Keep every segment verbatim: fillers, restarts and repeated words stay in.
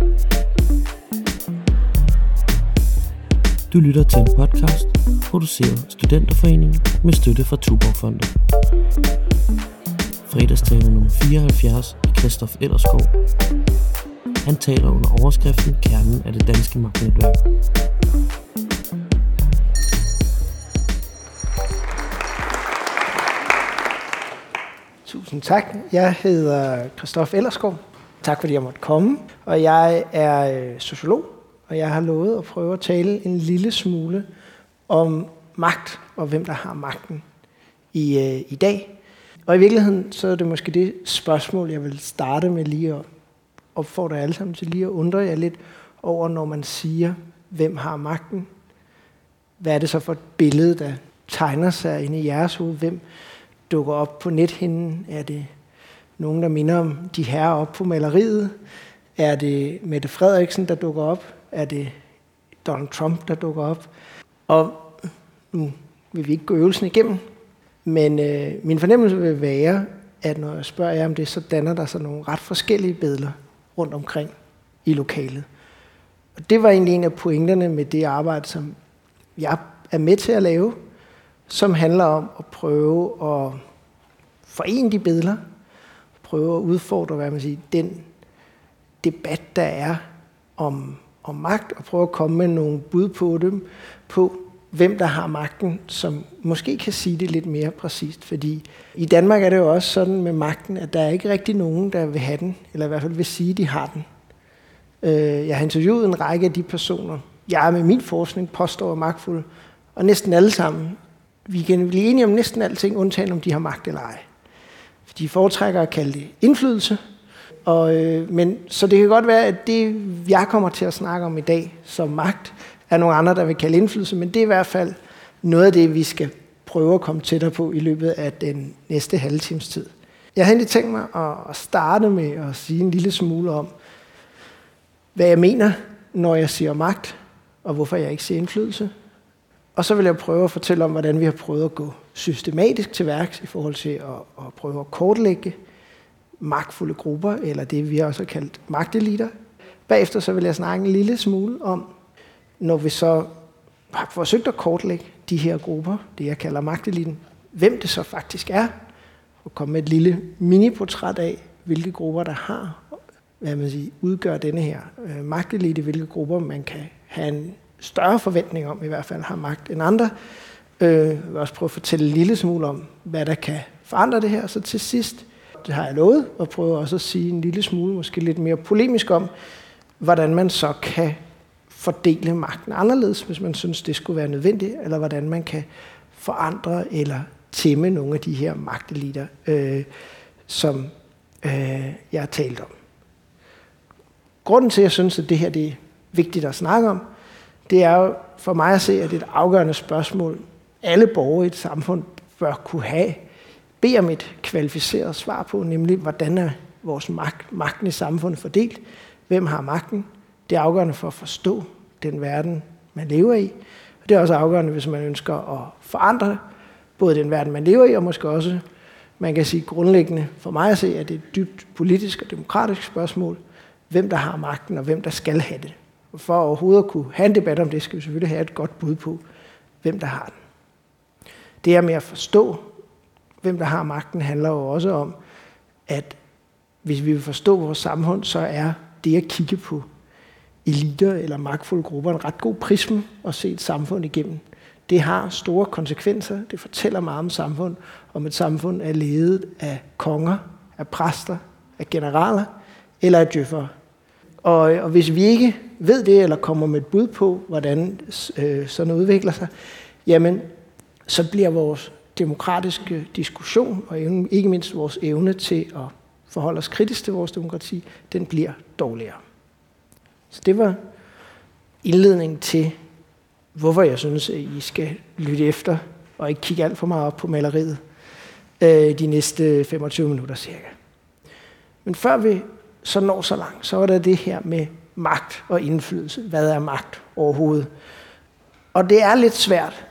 Du lytter til en podcast, produceret af Studenterforeningen med støtte fra Tuborgfondet. Fredagstale nummer fireoghalvfjerds af Christoph Ellersgaard. Han taler under overskriften Kernen af det danske magtnetværk. Tusind tak. Jeg hedder Christoph Ellersgaard. Tak fordi jeg måtte komme. Og jeg er sociolog, og jeg har lovet at prøve at tale en lille smule om magt og hvem der har magten i, øh, i dag. Og i virkeligheden så er det måske det spørgsmål, jeg vil starte med lige at opfordre alle sammen til lige at undre jer lidt over, når man siger, hvem har magten? Hvad er det så for et billede, der tegner sig inde i jeres hoved? Hvem dukker op på nethinden? Er det nogen, der minder om de herrer op på maleriet? Er det Mette Frederiksen, der dukker op? Er det Donald Trump, der dukker op? Og nu vil vi ikke gå øvelsen igennem, men øh, min fornemmelse vil være, at når jeg spørger jer om det, så danner der sig nogle ret forskellige billeder rundt omkring i lokalet. Og det var egentlig en af pointerne med det arbejde, som jeg er med til at lave, som handler om at prøve at forene de billeder, prøve at udfordre, hvad man siger, den debat, der er om, om magt, og prøve at komme med nogle bud på dem, på hvem der har magten, som måske kan sige det lidt mere præcist. Fordi i Danmark er det jo også sådan med magten, at der er ikke rigtig nogen, der vil have den, eller i hvert fald vil sige, at de har den. Jeg har interviewet en række af de personer, jeg med min forskning påstår er magtfulde, og næsten alle sammen, vi kan blive enige om næsten alting, undtagen om de har magt eller ej. De foretrækker at kalde det indflydelse. Og, øh, men, så det kan godt være, at det, jeg kommer til at snakke om i dag som magt, er nogle andre, der vil kalde indflydelse, men det er i hvert fald noget af det, vi skal prøve at komme tættere på i løbet af den næste halve times tid. Jeg har egentlig tænkt mig at starte med at sige en lille smule om, hvad jeg mener, når jeg siger magt, og hvorfor jeg ikke siger indflydelse. Og så vil jeg prøve at fortælle om, hvordan vi har prøvet at gå systematisk til værks i forhold til at, at prøve at kortlægge magtfulde grupper, eller det vi også har kaldt magteliter. Bagefter så vil jeg snakke en lille smule om, når vi så har forsøgt at kortlægge de her grupper, det jeg kalder magteliten, hvem det så faktisk er, og komme med et lille mini-portræt af, hvilke grupper der har, hvad man siger, udgør denne her øh, magtelite, hvilke grupper man kan have en større forventning om, i hvert fald har magt end andre. Øh, jeg vil også prøve at fortælle en lille smule om, hvad der kan forandre det her. Så til sidst, det har jeg lovet, og prøve også at sige en lille smule, måske lidt mere polemisk om, hvordan man så kan fordele magten anderledes, hvis man synes, det skulle være nødvendigt, eller hvordan man kan forandre eller tæmme nogle af de her magteliter, øh, som øh, jeg har talt om. Grunden til, at jeg synes, at det her det er vigtigt at snakke om, det er jo for mig at se, at det er et afgørende spørgsmål, alle borgere i et samfund bør kunne have, bede om et kvalificeret svar på, nemlig hvordan er vores magt, magten i samfundet fordelt, hvem har magten. Det er afgørende for at forstå den verden, man lever i, og det er også afgørende, hvis man ønsker at forandre både den verden, man lever i, og måske også, man kan sige grundlæggende for mig at se, at det er et dybt politisk og demokratisk spørgsmål, hvem der har magten, og hvem der skal have det. Og for overhovedet at kunne have en debat om det, skal vi selvfølgelig have et godt bud på, hvem der har den. Det her med at forstå, hvem der har magten, handler jo også om, at hvis vi vil forstå vores samfund, så er det at kigge på eliter eller magtfulde grupper en ret god prisme at se et samfund igennem. Det har store konsekvenser. Det fortæller meget om samfund, om et samfund er ledet af konger, af præster, af generaler eller af djøffere. Og, og hvis vi ikke ved det, eller kommer med et bud på, hvordan øh, sådan noget udvikler sig, jamen, så bliver vores demokratiske diskussion, og ikke mindst vores evne til at forholde os kritisk til vores demokrati, den bliver dårligere. Så det var indledningen til, hvorfor jeg synes, at I skal lytte efter, og ikke kigge alt for meget op på maleriet øh, de næste femogtyve minutter cirka. Men før vi så når så langt, så var der det her med magt og indflydelse. Hvad er magt overhovedet? Og det er lidt svært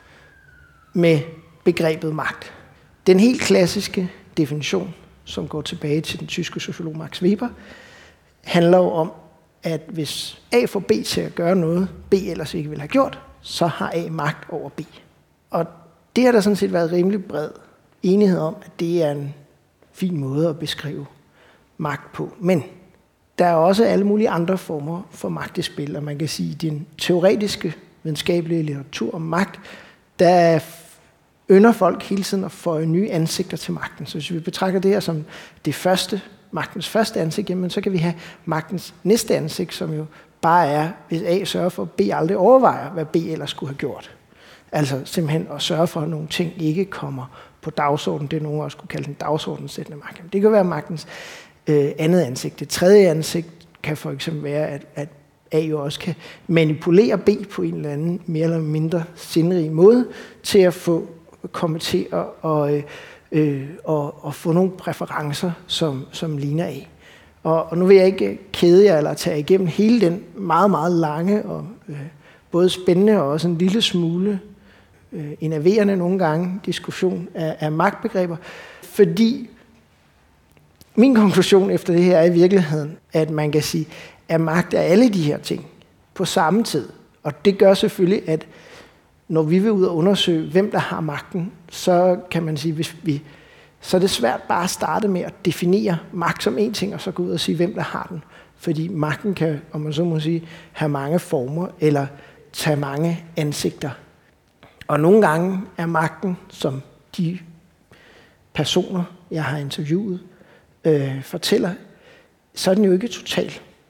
med begrebet magt. Den helt klassiske definition, som går tilbage til den tyske sociolog Max Weber, handler jo om, at hvis A får B til at gøre noget, B ellers ikke vil have gjort, så har A magt over B. Og det har der sådan set været rimelig bred enighed om, at det er en fin måde at beskrive magt på. Men der er også alle mulige andre former for magt i spil, og man kan sige, at i den teoretiske videnskabelige litteratur om magt, der ynder folk hele tiden at få nye ansigter til magten. Så hvis vi betragter det her som det første, magtens første ansigt, jamen så kan vi have magtens næste ansigt, som jo bare er, hvis A sørger for, at B aldrig overvejer, hvad B ellers skulle have gjort. Altså simpelthen at sørge for, at nogle ting ikke kommer på dagsordenen. Det er nogen også kunne kalde den dagsordensættende magt. Det kan være magtens øh, andet ansigt. Det tredje ansigt kan for eksempel være, at, at A jo også kan manipulere B på en eller anden mere eller mindre sindrig måde til at få komme til at og, øh, og, og få nogle præferencer, som, som ligner A. Og, og nu vil jeg ikke kede jer eller tage igennem hele den meget, meget lange og øh, både spændende og også en lille smule øh, enerverende nogle gange diskussion af, af magtbegreber, fordi min konklusion efter det her er i virkeligheden, at man kan sige, at magt er alle de her ting på samme tid. Og det gør selvfølgelig, at når vi vil ud og undersøge, hvem der har magten, så kan man sige, hvis vi, så er det svært bare at starte med at definere magt som en ting, og så gå ud og sige, hvem der har den. Fordi magten kan, om man så må sige, have mange former, eller tage mange ansigter. Og nogle gange er magten, som de personer, jeg har interviewet, øh, fortæller, så er den jo ikke total.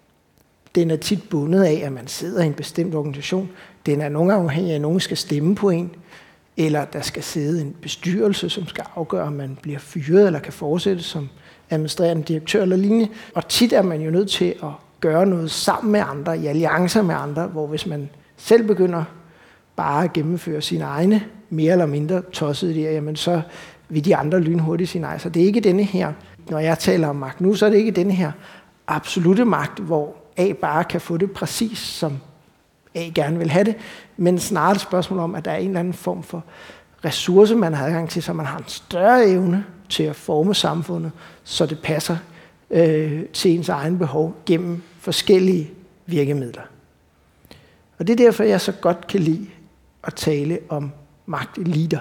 Den er tit bundet af, at man sidder i en bestemt organisation. Den er nogle gange afhængig af, at nogen skal stemme på en, eller der skal sidde en bestyrelse, som skal afgøre, om man bliver fyret eller kan fortsætte som administrerende direktør eller lignende. Og tit er man jo nødt til at gøre noget sammen med andre, i alliancer med andre, hvor hvis man selv begynder bare at gennemføre sine egne, mere eller mindre tossede idéer, jamen så vil de andre lynhurtigt sige nej. Så det er ikke denne her, når jeg taler om magt nu, så er det ikke denne her absolute magt, hvor A bare kan få det præcis, som A gerne vil have det, men snarere et spørgsmål om, at der er en eller anden form for ressource, man har adgang til, så man har en større evne til at forme samfundet, så det passer øh, til ens egen behov gennem forskellige virkemidler. Og det er derfor, jeg så godt kan lide at tale om magteliter.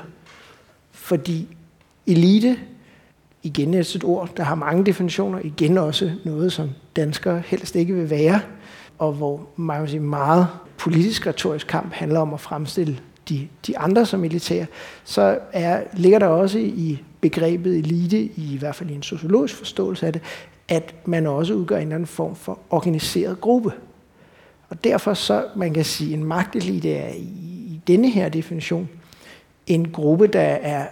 Fordi elite, igen er et ord, der har mange definitioner, igen også noget, som danskere helst ikke vil være, og hvor man vil sige, meget politisk retorisk kamp handler om at fremstille de, de andre som elitære, så er, ligger der også i begrebet elite, i, i hvert fald i en sociologisk forståelse af det, at man også udgør en eller anden form for organiseret gruppe. Og derfor så, man kan sige, en magtelite er i, i denne her definition en gruppe, der er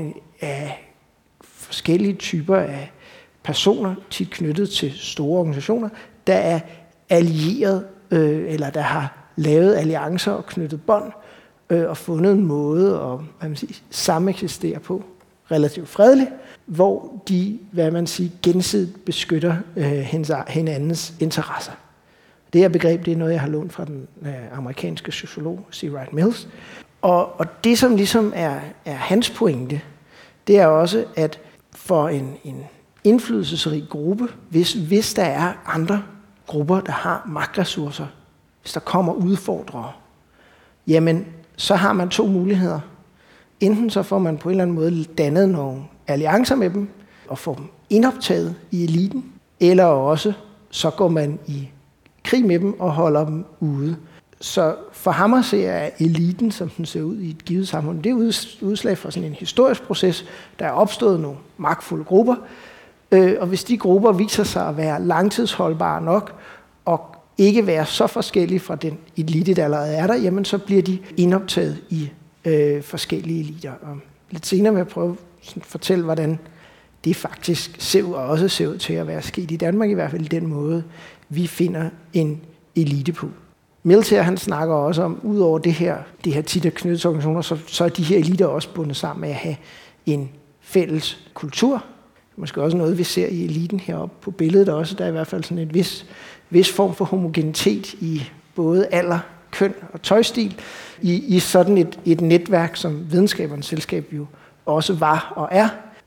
af forskellige typer af personer, tit knyttet til store organisationer, der er allieret, øh, eller der har lavet alliancer og knyttet bånd, øh, og fundet en måde at hvad man siger, sameksistere på, relativt fredeligt, hvor de, hvad man siger, gensidigt beskytter øh, hinandens interesser. Det her begreb, det er noget, jeg har lånt fra den øh, amerikanske sociolog C. Wright Mills. Og, og det, som ligesom er, er hans pointe, det er også, at for en, en indflydelsesrig gruppe, hvis, hvis der er andre grupper, der har magtressourcer, hvis der kommer udfordrere, jamen, så har man to muligheder. Enten så får man på en eller anden måde dannet nogle alliancer med dem, og får dem indoptaget i eliten, eller også så går man i krig med dem og holder dem ude. Så for ham at se er eliten, som den ser ud i et givet samfund, det er udslag fra sådan en historisk proces, der er opstået nogle magtfulde grupper, og hvis de grupper viser sig at være langtidsholdbare nok, og ikke være så forskellige fra den elite, der allerede er der, jamen så bliver de indoptaget i øh, forskellige eliter. Og lidt senere vil jeg prøve at fortælle, hvordan det faktisk ser ud, og også ser ud til at være sket i Danmark, i hvert fald den måde, vi finder en elite på. Mills her, han snakker også om, udover det her, det her tit af knyttelsesorganisationer, så, så er de her eliter også bundet sammen med at have en fælles kultur. Måske også noget, vi ser i eliten heroppe på billedet også. Der er i hvert fald sådan en vis, vis form for homogenitet i både alder, køn og tøjstil, i, i sådan et, et netværk, som Videnskabernes Selskab jo også var og er.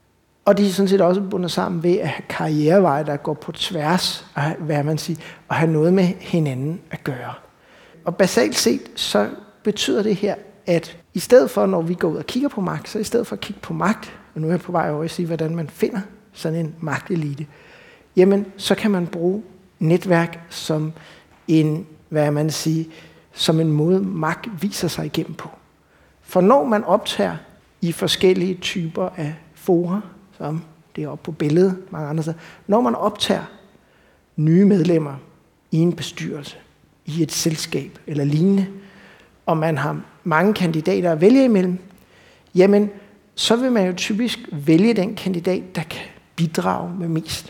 Og de er sådan set også bundet sammen ved at have karriereveje, der går på tværs af, hvad man siger, og have noget med hinanden at gøre. Og basalt set, så betyder det her, at i stedet for, når vi går ud og kigger på magt, så i stedet for at kigge på magt, og nu er jeg på vej over at sige, hvordan man finder sådan en magtelite, jamen, så kan man bruge netværk som en, hvad man siger, som en måde, magt viser sig igennem på. For når man optager i forskellige typer af fora, som det er oppe på billedet, mange andre steder, når man optager nye medlemmer i en bestyrelse, i et selskab eller lignende, og man har mange kandidater at vælge imellem, jamen, så vil man jo typisk vælge den kandidat, der kan bidrage med mest.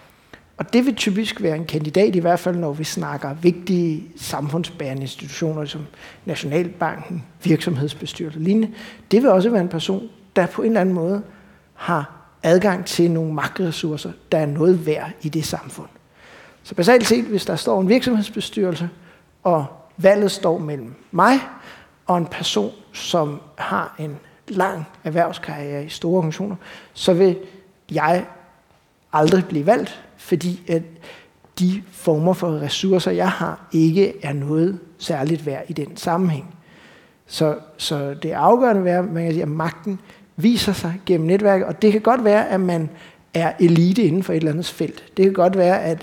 Og det vil typisk være en kandidat, i hvert fald når vi snakker vigtige samfundsbærende institutioner, som Nationalbanken, virksomhedsbestyrelser og lignende. Det vil også være en person, der på en eller anden måde har adgang til nogle magtressourcer, der er noget værd i det samfund. Så basalt set, hvis der står en virksomhedsbestyrelse, og valget står mellem mig og en person, som har en lang erhvervskarriere i store organisationer, så vil jeg aldrig blive valgt, fordi at de former for ressourcer, jeg har, ikke er noget særligt værd i den sammenhæng. Så, så det afgørende er, man kan sige, at magten viser sig gennem netværket, og det kan godt være, at man er elite inden for et eller andet felt. Det kan godt være, at,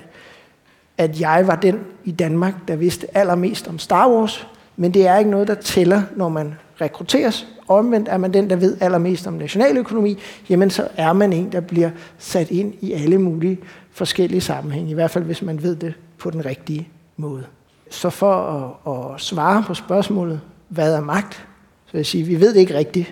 at jeg var den i Danmark, der vidste allermest om Star Wars, men det er ikke noget, der tæller, når man rekrutteres. Omvendt er man den, der ved allermest om nationaløkonomi, jamen så er man en, der bliver sat ind i alle mulige forskellige sammenhænge, i hvert fald hvis man ved det på den rigtige måde. Så for at, at svare på spørgsmålet, hvad er magt, så vil jeg sige, at vi ved det ikke rigtigt,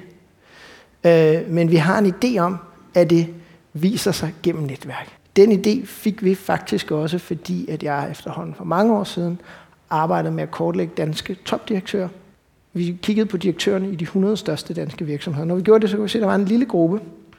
øh, men vi har en idé om, at det viser sig gennem netværk. Den idé fik vi faktisk også, fordi at jeg efterhånden for mange år siden arbejdede med at kortlægge danske topdirektører. Vi kiggede på direktørerne i de hundrede største danske virksomheder. Når vi gjorde det, så kunne vi se, at der var en lille gruppe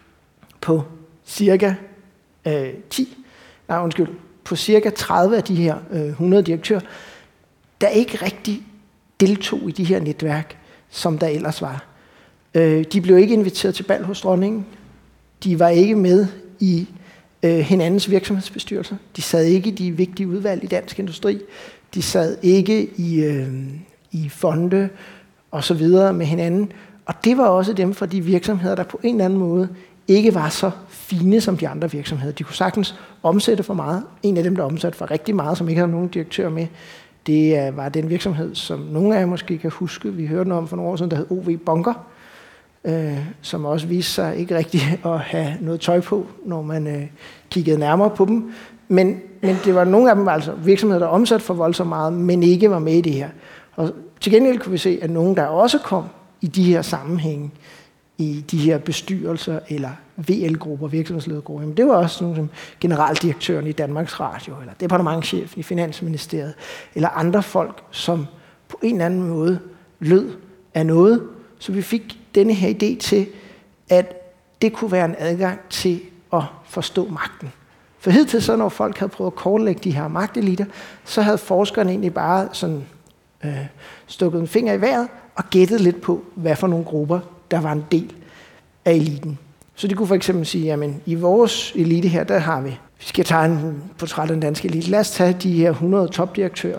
på cirka øh, ti, nej undskyld, på cirka tredive af de her øh, hundrede direktører, der ikke rigtig deltog i de her netværk, som der ellers var. Øh, de blev ikke inviteret til bal hos dronningen. De var ikke med i øh, hinandens virksomhedsbestyrelser. De sad ikke i de vigtige udvalg i dansk industri. De sad ikke i, øh, i fonde og så videre med hinanden. Og det var også dem fra de virksomheder, der på en eller anden måde ikke var så fine som de andre virksomheder. De kunne sagtens omsætte for meget. En af dem, der omsatte for rigtig meget, som ikke havde nogen direktør med, det var den virksomhed, som nogle af jer måske kan huske. Vi hørte noget om for nogle år siden, der hed O V Bunker, øh, som også viste sig ikke rigtig at have noget tøj på, når man øh, kiggede nærmere på dem. Men, men det var nogle af dem, altså virksomheder, der omsatte for voldsomt meget, men ikke var med i det her. Og til gengæld kunne vi se, at nogen, der også kom i de her sammenhænge, i de her bestyrelser eller V L-grupper, virksomhedsledergrupper, men det var også nogle som generaldirektøren i Danmarks Radio, eller departementschefen i Finansministeriet, eller andre folk, som på en eller anden måde lød af noget. Så vi fik denne her idé til, at det kunne være en adgang til at forstå magten. For hidtil så, når folk havde prøvet at kortlægge de her magteliter, så havde forskerne egentlig bare sådan øh, stukket en finger i vejret og gættet lidt på, hvad for nogle grupper, der var en del af eliten. Så de kunne for eksempel sige, jamen i vores elite her, der har vi, vi skal tage en portræt af den danske elite, lad os tage de her hundrede topdirektører.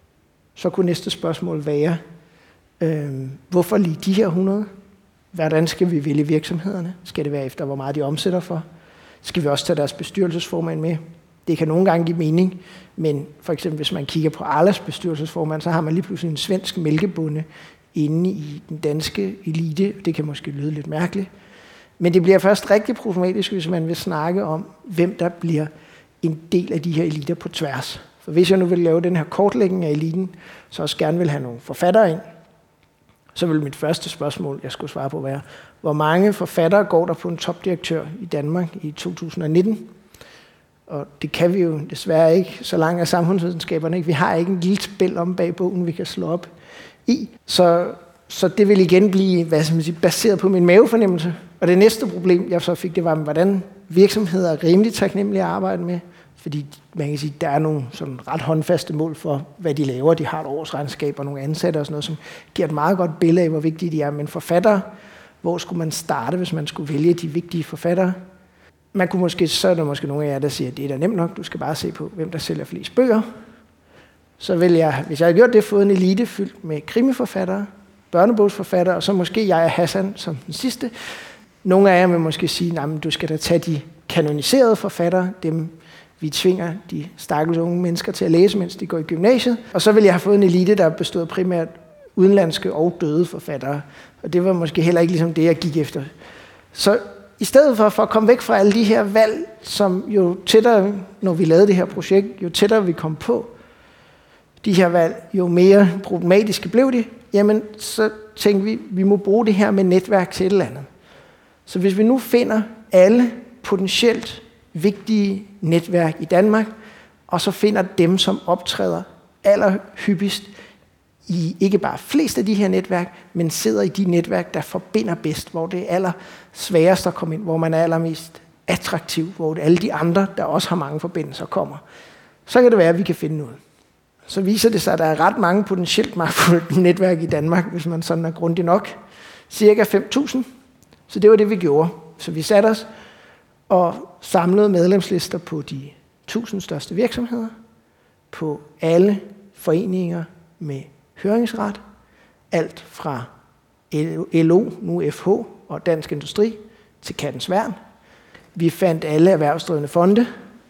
Så kunne næste spørgsmål være, øh, hvorfor lige de her hundrede? Hvordan skal vi vælge virksomhederne? Skal det være efter, hvor meget de omsætter for? Skal vi også tage deres bestyrelsesformand med? Det kan nogle gange give mening, men for eksempel hvis man kigger på Arlas bestyrelsesformand, så har man lige pludselig en svensk mælkebonde inde i den danske elite. Det kan måske lyde lidt mærkeligt. Men det bliver først rigtig problematisk, hvis man vil snakke om, hvem der bliver en del af de her eliter på tværs. For hvis jeg nu vil lave den her kortlægning af eliten, så også gerne vil have nogle forfattere ind, så vil mit første spørgsmål, jeg skulle svare på, være, hvor mange forfattere går der på en topdirektør i Danmark i to tusind nitten? Og det kan vi jo desværre ikke, så langt er samfundsvidenskaberne ikke. Vi har ikke en lille spil om bag bogen, vi kan slå op i. Så, så det vil igen blive, hvad skal man sige, baseret på min mavefornemmelse. Og det næste problem, jeg så fik, det var, hvordan virksomheder er rimelig taknemmelige at arbejde med. Fordi man kan sige, der er nogle sådan ret håndfaste mål for, hvad de laver. De har et årsregnskab og nogle ansatte og sådan noget, som giver et meget godt billede af, hvor vigtige de er. Men forfattere, hvor skulle man starte, hvis man skulle vælge de vigtige forfattere? Man kunne måske, så er der måske nogle af jer, der siger, at det er da nemt nok, du skal bare se på, hvem der sælger flest bøger. Så vil jeg, hvis jeg havde gjort det, fået en elite fyldt med krimiforfattere, børnebogsforfattere, og så måske jeg er Hassan som den sidste. Nogle af jer vil måske sige, at du skal da tage de kanoniserede forfattere, dem vi tvinger de stakkels unge mennesker til at læse, mens de går i gymnasiet. Og så vil jeg have fået en elite, der bestod primært udenlandske og døde forfattere. Og det var måske heller ikke ligesom det, jeg gik efter. Så i stedet for, for at komme væk fra alle de her valg, som jo tættere, når vi lavede det her projekt, jo tættere vi kom på de her valg, jo mere problematiske blev de, jamen så tænkte vi, vi må bruge det her med netværk til et eller andet. Så hvis vi nu finder alle potentielt vigtige netværk i Danmark, og så finder dem, som optræder allerhyppigst i ikke bare flest af de her netværk, men sidder i de netværk, der forbinder bedst, hvor det er aller sværest at komme ind, hvor man er allermest attraktiv, hvor alle de andre, der også har mange forbindelser, kommer. Så kan det være, at vi kan finde noget. Så viser det sig, at der er ret mange potentielt magtfulde netværk i Danmark, hvis man sådan er grundig nok. Cirka fem tusind. Så det var det, vi gjorde. Så vi satte os og samlede medlemslister på de tusind største virksomheder, på alle foreninger med høringsret, alt fra L O, nu F H og Dansk Industri, til Kattens Værn. Vi fandt alle erhvervsdrivende fonde.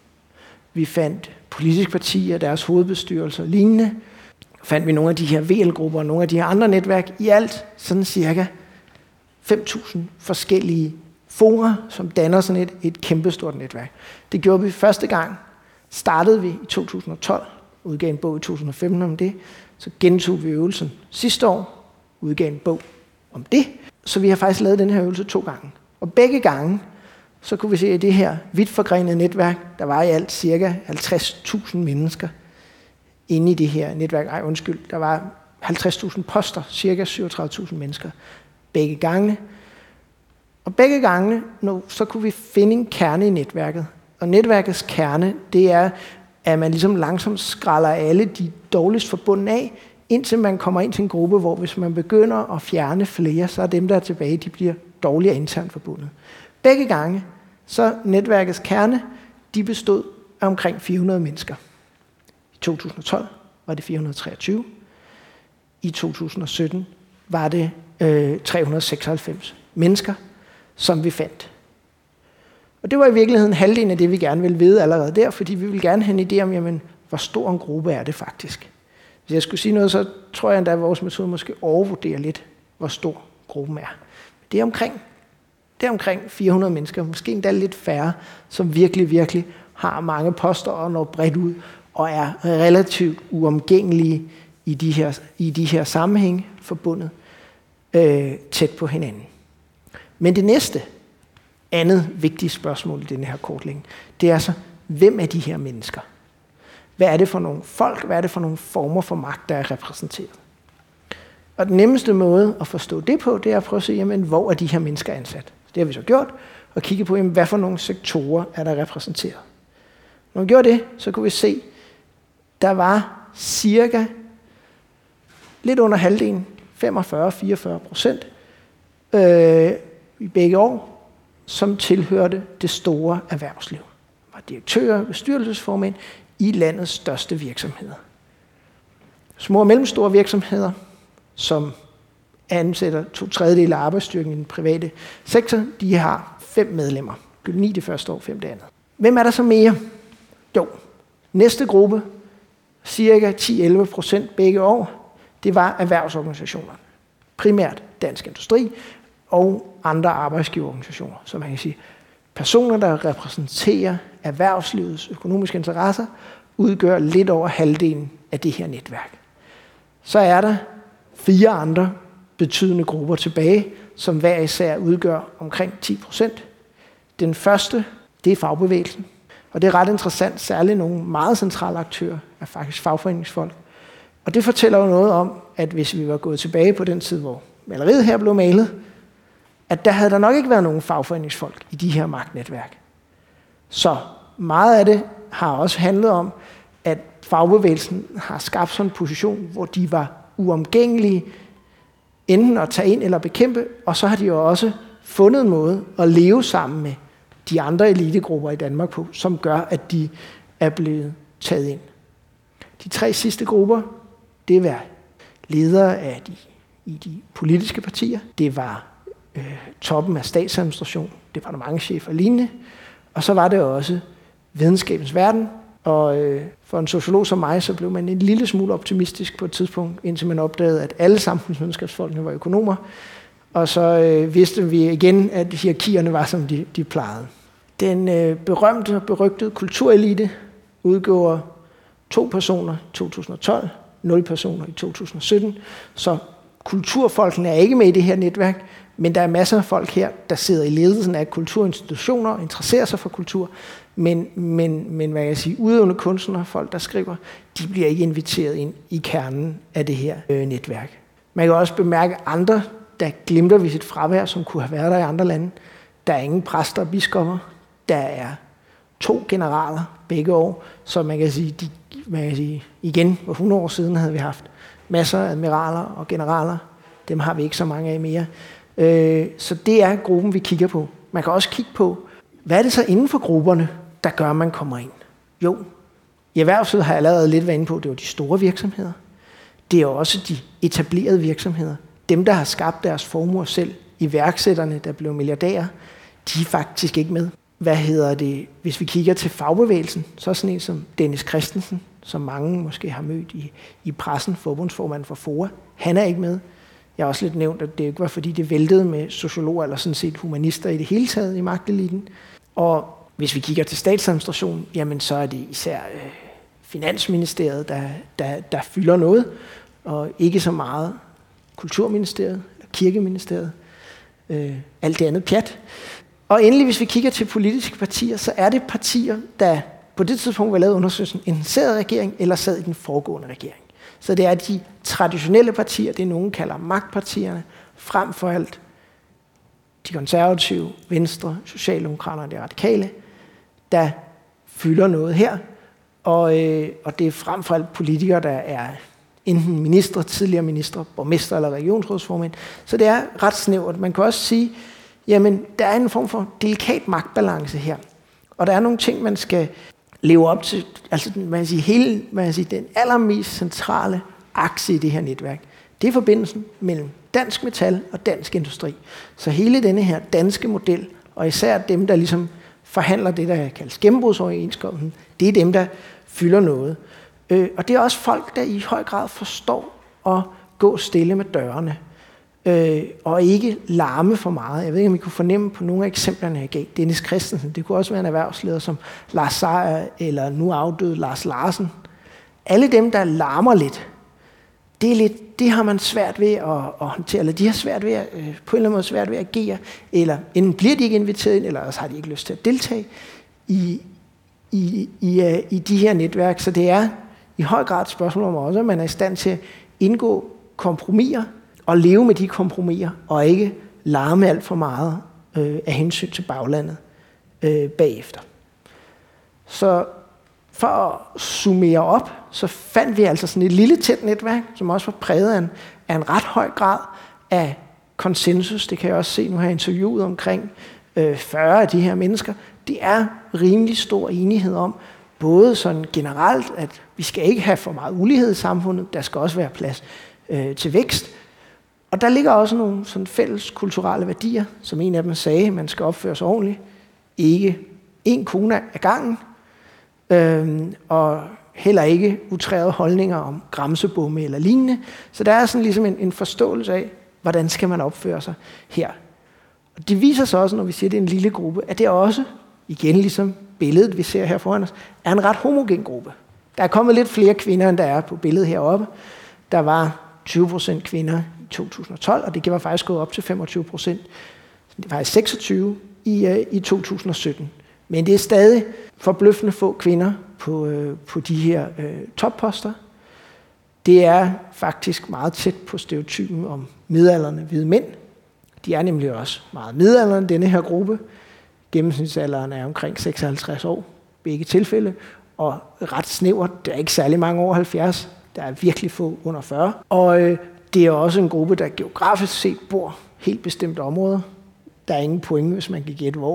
Vi fandt politiske partier, deres hovedbestyrelser og lignende. Fandt vi nogle af de her V L-grupper og nogle af de her andre netværk. I alt sådan cirka fem tusind forskellige fora, som danner sådan et, et kæmpestort netværk. Det gjorde vi første gang. Startede vi i to tusind og tolv, udgav en bog i to tusind og femten om det. Så gentog vi øvelsen sidste år, udgav en bog om det. Så vi har faktisk lavet den her øvelse to gange. Og begge gange, så kunne vi se, at det her vidt forgrenede netværk, der var i alt cirka halvtreds tusind mennesker inde i det her netværk. Ej, undskyld, der var halvtreds tusind poster, cirka syvogtredive tusind mennesker begge gange. Og begge gange, så kunne vi finde en kerne i netværket. Og netværkets kerne, det er, at man ligesom langsomt skræller alle de dårligst forbundne af, indtil man kommer ind til en gruppe, hvor hvis man begynder at fjerne flere, så er dem, der er tilbage, de bliver dårligere internt forbundet. Begge gange, så netværkets kerne, de bestod af omkring fire hundrede mennesker. I to tusind og tolv var det fire hundrede og treogtyve. I to tusind og sytten var det øh, tre hundrede og seksoghalvfems mennesker, som vi fandt. Og det var i virkeligheden halvdelen af det, vi gerne ville vide allerede der, fordi vi ville gerne have en idé om, jamen, hvor stor en gruppe er det faktisk. Hvis jeg skulle sige noget, så tror jeg endda, at vores metode måske overvurderer lidt, hvor stor gruppen er. Det er omkring, det er omkring fire hundrede mennesker, måske endda lidt færre, som virkelig, virkelig har mange poster og når bredt ud, og er relativt uomgængelige i de her, i de her sammenhænge forbundet øh, tæt på hinanden. Men det næste, andet vigtige spørgsmål i denne her kortlægning, det er så, hvem er de her mennesker? Hvad er det for nogle folk? Hvad er det for nogle former for magt, der er repræsenteret? Og den nemmeste måde at forstå det på, det er at prøve at se, jamen, hvor er de her mennesker ansat? Det har vi så gjort, og kigge på, jamen, hvad for nogle sektorer er der repræsenteret. Når vi gjorde det, så kunne vi se, der var cirka lidt under halvdelen, femogfyrre til fireogfyrre procent, øh, i begge år, som tilhørte det store erhvervsliv. Det var direktører, bestyrelsesformænd i landets største virksomheder. Små og mellemstore virksomheder, som ansætter to tredjedele af arbejdsstyrken i den private sektor, de har fem medlemmer. Ni det første år, fem det andet. Hvem er der så mere? Jo, næste gruppe, cirka ti til elleve procent begge år, det var erhvervsorganisationerne. Primært Dansk Industri og andre arbejdsgiverorganisationer, som man kan sige. Personer, der repræsenterer erhvervslivets økonomiske interesser, udgør lidt over halvdelen af det her netværk. Så er der fire andre betydende grupper tilbage, som hver især udgør omkring ti procent. Den første, det er fagbevægelsen. Og det er ret interessant, særligt nogle meget centrale aktører er faktisk fagforeningsfolk. Og det fortæller jo noget om, at hvis vi var gået tilbage på den tid, hvor maleriet her blev malet, at der havde der nok ikke været nogen fagforeningsfolk i de her magtnetværk. Så meget af det har også handlet om, at fagbevægelsen har skabt sådan en position, hvor de var uomgængelige, enten at tage ind eller bekæmpe, og så har de jo også fundet en måde at leve sammen med de andre elitegrupper i Danmark på, som gør, at de er blevet taget ind. De tre sidste grupper, det var ledere af de, i de politiske partier, det var øh, toppen af statsadministration, departementschefer og lignende, og så var det også videnskabens verden, og øh, for en sociolog som mig, så blev man en lille smule optimistisk på et tidspunkt, indtil man opdagede, at alle samfundsvidenskabsfolkene var økonomer, og så øh, vidste vi igen, at hierarkierne var, som de, de plejede. Den øh, berømte og berygtede kulturelite udgjorde to personer i to tusind og tolv, nul personer i to tusind og sytten, så kulturfolkene er ikke med i det her netværk, men der er masser af folk her, der sidder i ledelsen af kulturinstitutioner og interesserer sig for kultur, men, men, men hvad jeg siger, udøvende kunstnere, folk der skriver, de bliver ikke inviteret ind i kernen af det her øh, netværk. Man kan også bemærke andre, der glimter ved sit fravær, som kunne have været der i andre lande. Der er ingen præster og biskopper. Der er to generaler begge år, så man kan sige, de, man kan sige igen, for hundrede år siden havde vi haft masser af admiraler og generaler. Dem har vi ikke så mange af mere. Øh, så det er gruppen, vi kigger på. Man kan også kigge på, hvad er det så inden for grupperne, der gør, at man kommer ind? Jo, i erhvervslivet har jeg allerede lidt været inde på, det var de store virksomheder. Det er også de etablerede virksomheder. Dem, der har skabt deres formuer selv, iværksætterne, der blev milliardærer, de er faktisk ikke med. Hvad hedder det? Hvis vi kigger til fagbevægelsen, så er sådan en som Dennis Christensen, som mange måske har mødt i, i pressen, forbundsformand for FOA, han er ikke med. Jeg har også lidt nævnt, at det ikke var, fordi det væltede med sociologer eller sådan set humanister i det hele taget i magteliten. Og hvis vi kigger til statsadministrationen, jamen så er det især øh, Finansministeriet, der, der, der fylder noget, og ikke så meget Kulturministeriet, Kirkeministeriet, øh, alt det andet pjat. Og endelig, hvis vi kigger til politiske partier, så er det partier, der på det tidspunkt var lavet undersøgelsen, enten sad i regering eller sad i den foregående regering. Så det er de traditionelle partier, det nogen kalder magtpartierne, frem for alt de konservative, Venstre, Socialdemokraterne og de radikale, der fylder noget her. Og, øh, og det er frem for alt politikere, der er enten ministre, tidligere ministre, borgmester eller regionsrådsformænd. Så det er ret snævert. Man kan også sige, jamen der er en form for delikat magtbalance her. Og der er nogle ting, man skal leve op til. Altså man kan sige, hele, man kan sige, den allermest centrale akse i det her netværk, det er forbindelsen mellem Dansk Metal og Dansk Industri. Så hele denne her danske model, og især dem, der ligesom forhandler det, der kaldes gennembrudsoverenskomsten, det er dem, der fylder noget. Øh, og det er også folk, der i høj grad forstår at gå stille med dørene, øh, og ikke larme for meget. Jeg ved ikke, om I kunne fornemme på nogle af eksemplerne, jeg gav. Dennis Christensen, det kunne også være en erhvervsleder som Lars Seier, eller nu afdøde Lars Larsen. Alle dem, der larmer lidt, det, er lidt, det har man svært ved at, at håndtere, eller de har svært ved at, øh, på en eller anden måde svært ved at agere, eller enten bliver de ikke inviteret ind, eller også har de ikke lyst til at deltage i, i, i, uh, i de her netværk. Så det er i høj grad et spørgsmål om også, at man er i stand til at indgå kompromiser og leve med de kompromiser, og ikke larme alt for meget øh, af hensyn til baglandet øh, bagefter. Så for at summere op, så fandt vi altså sådan et lille tæt netværk, som også var præget af en, af en ret høj grad af konsensus. Det kan jeg også se, nu har jeg interviewet omkring øh, fyrre af de her mennesker. Det er rimelig stor enighed om, både sådan generelt, at vi skal ikke have for meget ulighed i samfundet, der skal også være plads øh, til vækst. Og der ligger også nogle sådan fælles kulturelle værdier, som en af dem sagde, man skal opføre sig ordentligt. Ikke en kone ad gangen, øhm, og heller ikke utrærede holdninger om gramsebomme eller lignende. Så der er sådan ligesom en, en forståelse af, hvordan skal man opføre sig her. Og det viser sig også, når vi siger, at det er en lille gruppe, at det også, igen ligesom billedet, vi ser her foran os, er en ret homogen gruppe. Der er kommet lidt flere kvinder, end der er på billedet heroppe. Der var tyve procent kvinder i to tusind og tolv, og det var faktisk gået op til femogtyve procent. Det var faktisk seksogtyve i, uh, i to tusind og sytten. Men det er stadig forbløffende få kvinder på, uh, på de her uh, topposter. Det er faktisk meget tæt på stereotypen om midaldrende hvide mænd. De er nemlig også meget midaldrende, denne her gruppe. Gennemsnitsalderen er omkring seksoghalvtreds år, begge tilfælde, og ret snævert. Der er ikke særlig mange over halvfjerds. Der er virkelig få under fyrre. Og øh, det er også en gruppe, der geografisk set bor helt bestemte områder. Der er ingen point, hvis man kan gætte hvor.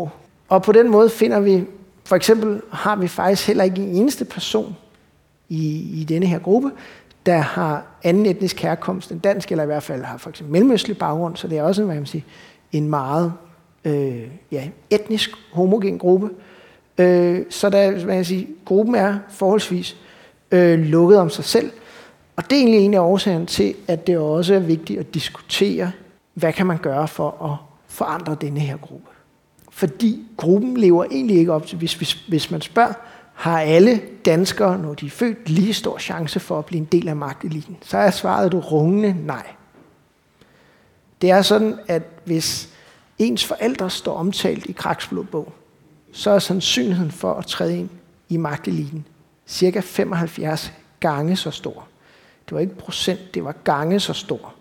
Og på den måde finder vi, for eksempel har vi faktisk heller ikke en eneste person i, i denne her gruppe, der har anden etnisk herkomst end dansk, eller i hvert fald har for eksempel mellemøstlig baggrund, så det er også en, hvad kan man sige, en meget øh, ja, etnisk homogen gruppe. Øh, så der, hvad kan jeg sige, gruppen er forholdsvis øh, lukket om sig selv, og det er egentlig en af årsagerne til, at det også er vigtigt at diskutere, hvad kan man gøre for at forandre denne her gruppe. Fordi gruppen lever egentlig ikke op til, hvis, hvis, hvis man spørger, har alle danskere, når de er født, lige stor chance for at blive en del af magteliten? Så er svaret du rungende nej. Det er sådan, at hvis ens forældre står omtalt i Kraks Blå Bog, så er sandsynligheden for at træde ind i magteliten cirka femoghalvfjerds gange så stor. Det var ikke procent, det var gange så stor.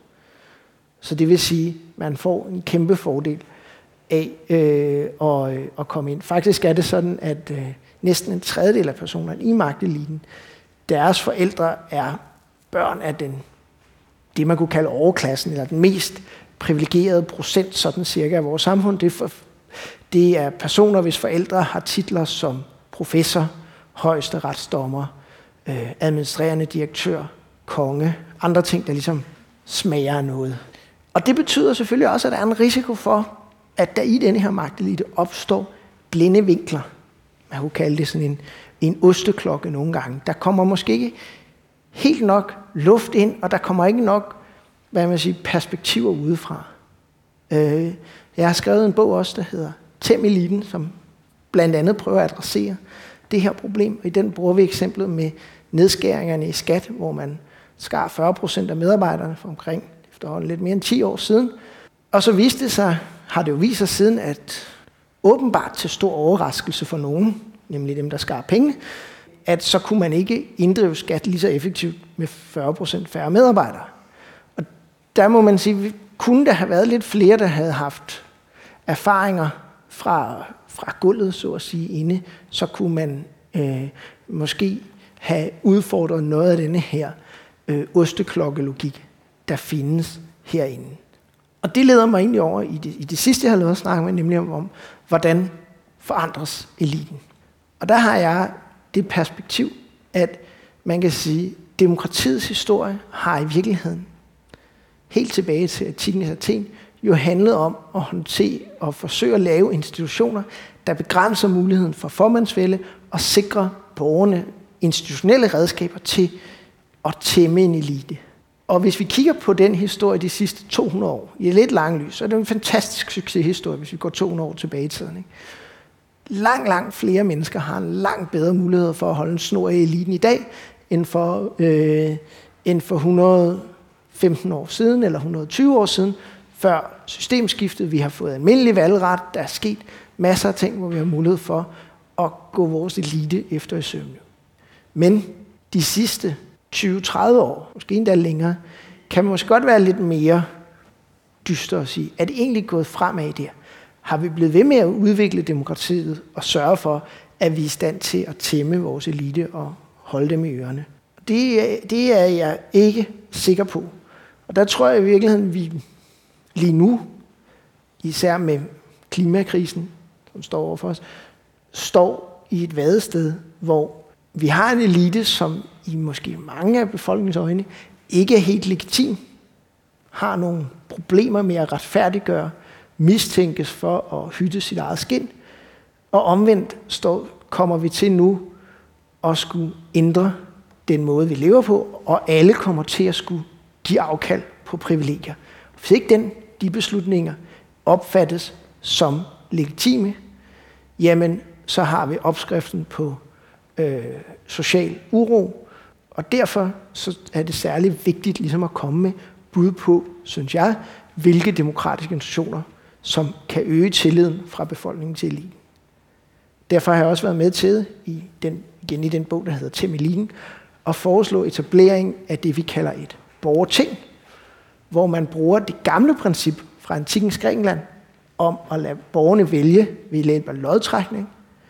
Så det vil sige, at man får en kæmpe fordel af øh, at, øh, at komme ind. Faktisk er det sådan, at øh, næsten en tredjedel af personerne i magteliten, deres forældre er børn af den, det man kunne kalde overklassen, eller den mest privilegerede procent, sådan cirka af vores samfund. Det er, for, det er personer, hvis forældre har titler som professor, højesteretsdommer, øh, administrerende direktør, konge, andre ting, der ligesom smager af noget. Og det betyder selvfølgelig også, at der er en risiko for, at der i denne her magtelite opstår blinde vinkler. Man kunne kalde det sådan en, en osteklokke nogle gange. Der kommer måske ikke helt nok luft ind, og der kommer ikke nok, hvad man siger, perspektiver udefra. Øh, jeg har skrevet en bog også, der hedder Tæm eliten, som blandt andet prøver at adressere det her problem. Og i den bruger vi eksemplet med nedskæringerne i skat, hvor man skar fyrre procent af medarbejderne for omkring efterhånden lidt mere end ti år siden. Og så viste det sig, har det jo vist sig siden, at åbenbart til stor overraskelse for nogen, nemlig dem, der skar penge, at så kunne man ikke inddrive skat lige så effektivt med fyrre procent færre medarbejdere. Og der må man sige, kunne der have været lidt flere, der havde haft erfaringer fra, fra gulvet, så at sige, inde, så kunne man øh, måske have udfordret noget af denne her øh, osteklokkelogik, der findes herinde. Og det leder mig egentlig over i det, i det sidste, jeg har lavet at snakke med, nemlig om, om, hvordan forandres eliten. Og der har jeg det perspektiv, at man kan sige, at demokratiets historie har i virkeligheden, helt tilbage til antikkens Athen, jo handlet om at håndtere og forsøge at lave institutioner, der begrænser muligheden for formandsvælde og sikrer borgerne institutionelle redskaber til at tæmme en elite. Og hvis vi kigger på den historie de sidste to hundrede år, i et lidt langt lys, så er det en fantastisk succeshistorie, hvis vi går to hundrede år tilbage i tiden. Ikke? Langt, langt flere mennesker har en langt bedre mulighed for at holde en snor i eliten i dag, end for, øh, end for et hundrede og femten år siden, eller et hundrede og tyve år siden, før systemskiftet. Vi har fået almindelig valgret, der er sket masser af ting, hvor vi har mulighed for at gå vores elite efter i søvne. Men de sidste tyve til tredive år, måske endda længere, kan man måske godt være lidt mere dyster at sige, er det egentlig gået fremad der? Har vi blevet ved med at udvikle demokratiet og sørge for, at vi er i stand til at tæmme vores elite og holde dem i ørerne? Det, det er jeg ikke sikker på. Og der tror jeg i virkeligheden, vi lige nu, især med klimakrisen, som står overfor os, står i et vadested, hvor vi har en elite, som i måske mange af befolkningens øjne ikke er helt legitim, har nogle problemer med at retfærdiggøre, mistænkes for at hytte sit eget skind, og omvendt står, kommer vi til nu at skulle ændre den måde, vi lever på, og alle kommer til at skulle give afkald på privilegier. Hvis ikke den, de beslutninger opfattes som legitime, jamen så har vi opskriften på øh, social uro, og derfor så er det særlig vigtigt ligesom at komme med bud på, synes jeg, hvilke demokratiske institutioner, som kan øge tilliden fra befolkningen til eliten. Derfor har jeg også været med til, i den, igen i den bog, der hedder Tæm eliten, at foreslå etablering af det, vi kalder et borgerting, hvor man bruger det gamle princip fra antikkens Grækenland om at lade borgerne vælge ved hjælp af lodtrækning,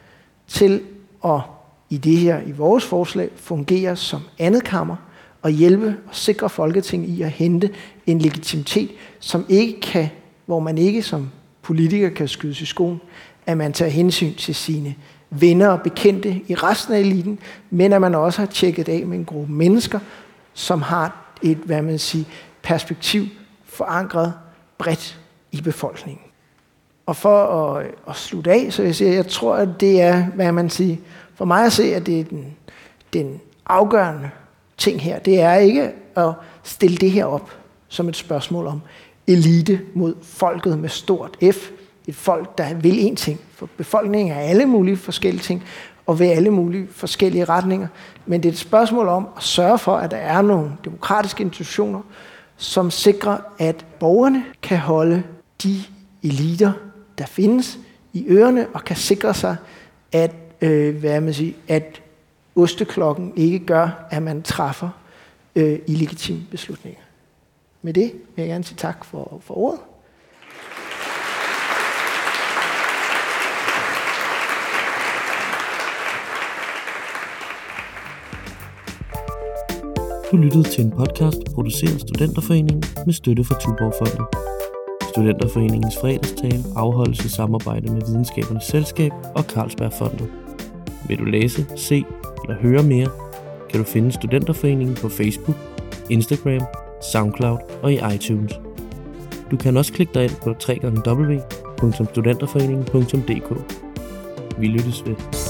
til at i det her, i vores forslag, fungere som andet kammer og hjælpe og sikre Folketinget i at hente en legitimitet, som ikke kan, hvor man ikke som politiker kan skydes i skoen, at man tager hensyn til sine venner og bekendte i resten af eliten, men at man også har tjekket af med en gruppe mennesker, som har et, hvad man siger, perspektiv forankret bredt i befolkningen. Og for at, at slutte af, så vil jeg sige, at jeg tror, at det er, hvad man siger, for mig at se, at det er den, den afgørende ting her. Det er ikke at stille det her op som et spørgsmål om elite mod folket med stort F. Et folk, der vil én ting. For befolkningen er alle mulige forskellige ting, og vil alle mulige forskellige retninger. Men det er et spørgsmål om at sørge for, at der er nogle demokratiske institutioner, som sikrer, at borgerne kan holde de eliter, der findes, i ørerne, og kan sikre sig, at, øh, hvad man siger, at osteklokken ikke gør, at man træffer øh, illegitime beslutninger. Med det vil jeg gerne sige tak for, for ordet. Du lyttede til en podcast, produceret af Studenterforeningen med støtte fra Tuborgfondet. Studenterforeningens fredagstale afholdes i samarbejde med Videnskabernes Selskab og Carlsbergfondet. Vil du læse, se eller høre mere, kan du finde Studenterforeningen på Facebook, Instagram, SoundCloud og i iTunes. Du kan også klikke dig ind på w w w punktum studenterforeningen punktum d k. Vi lyttes ved.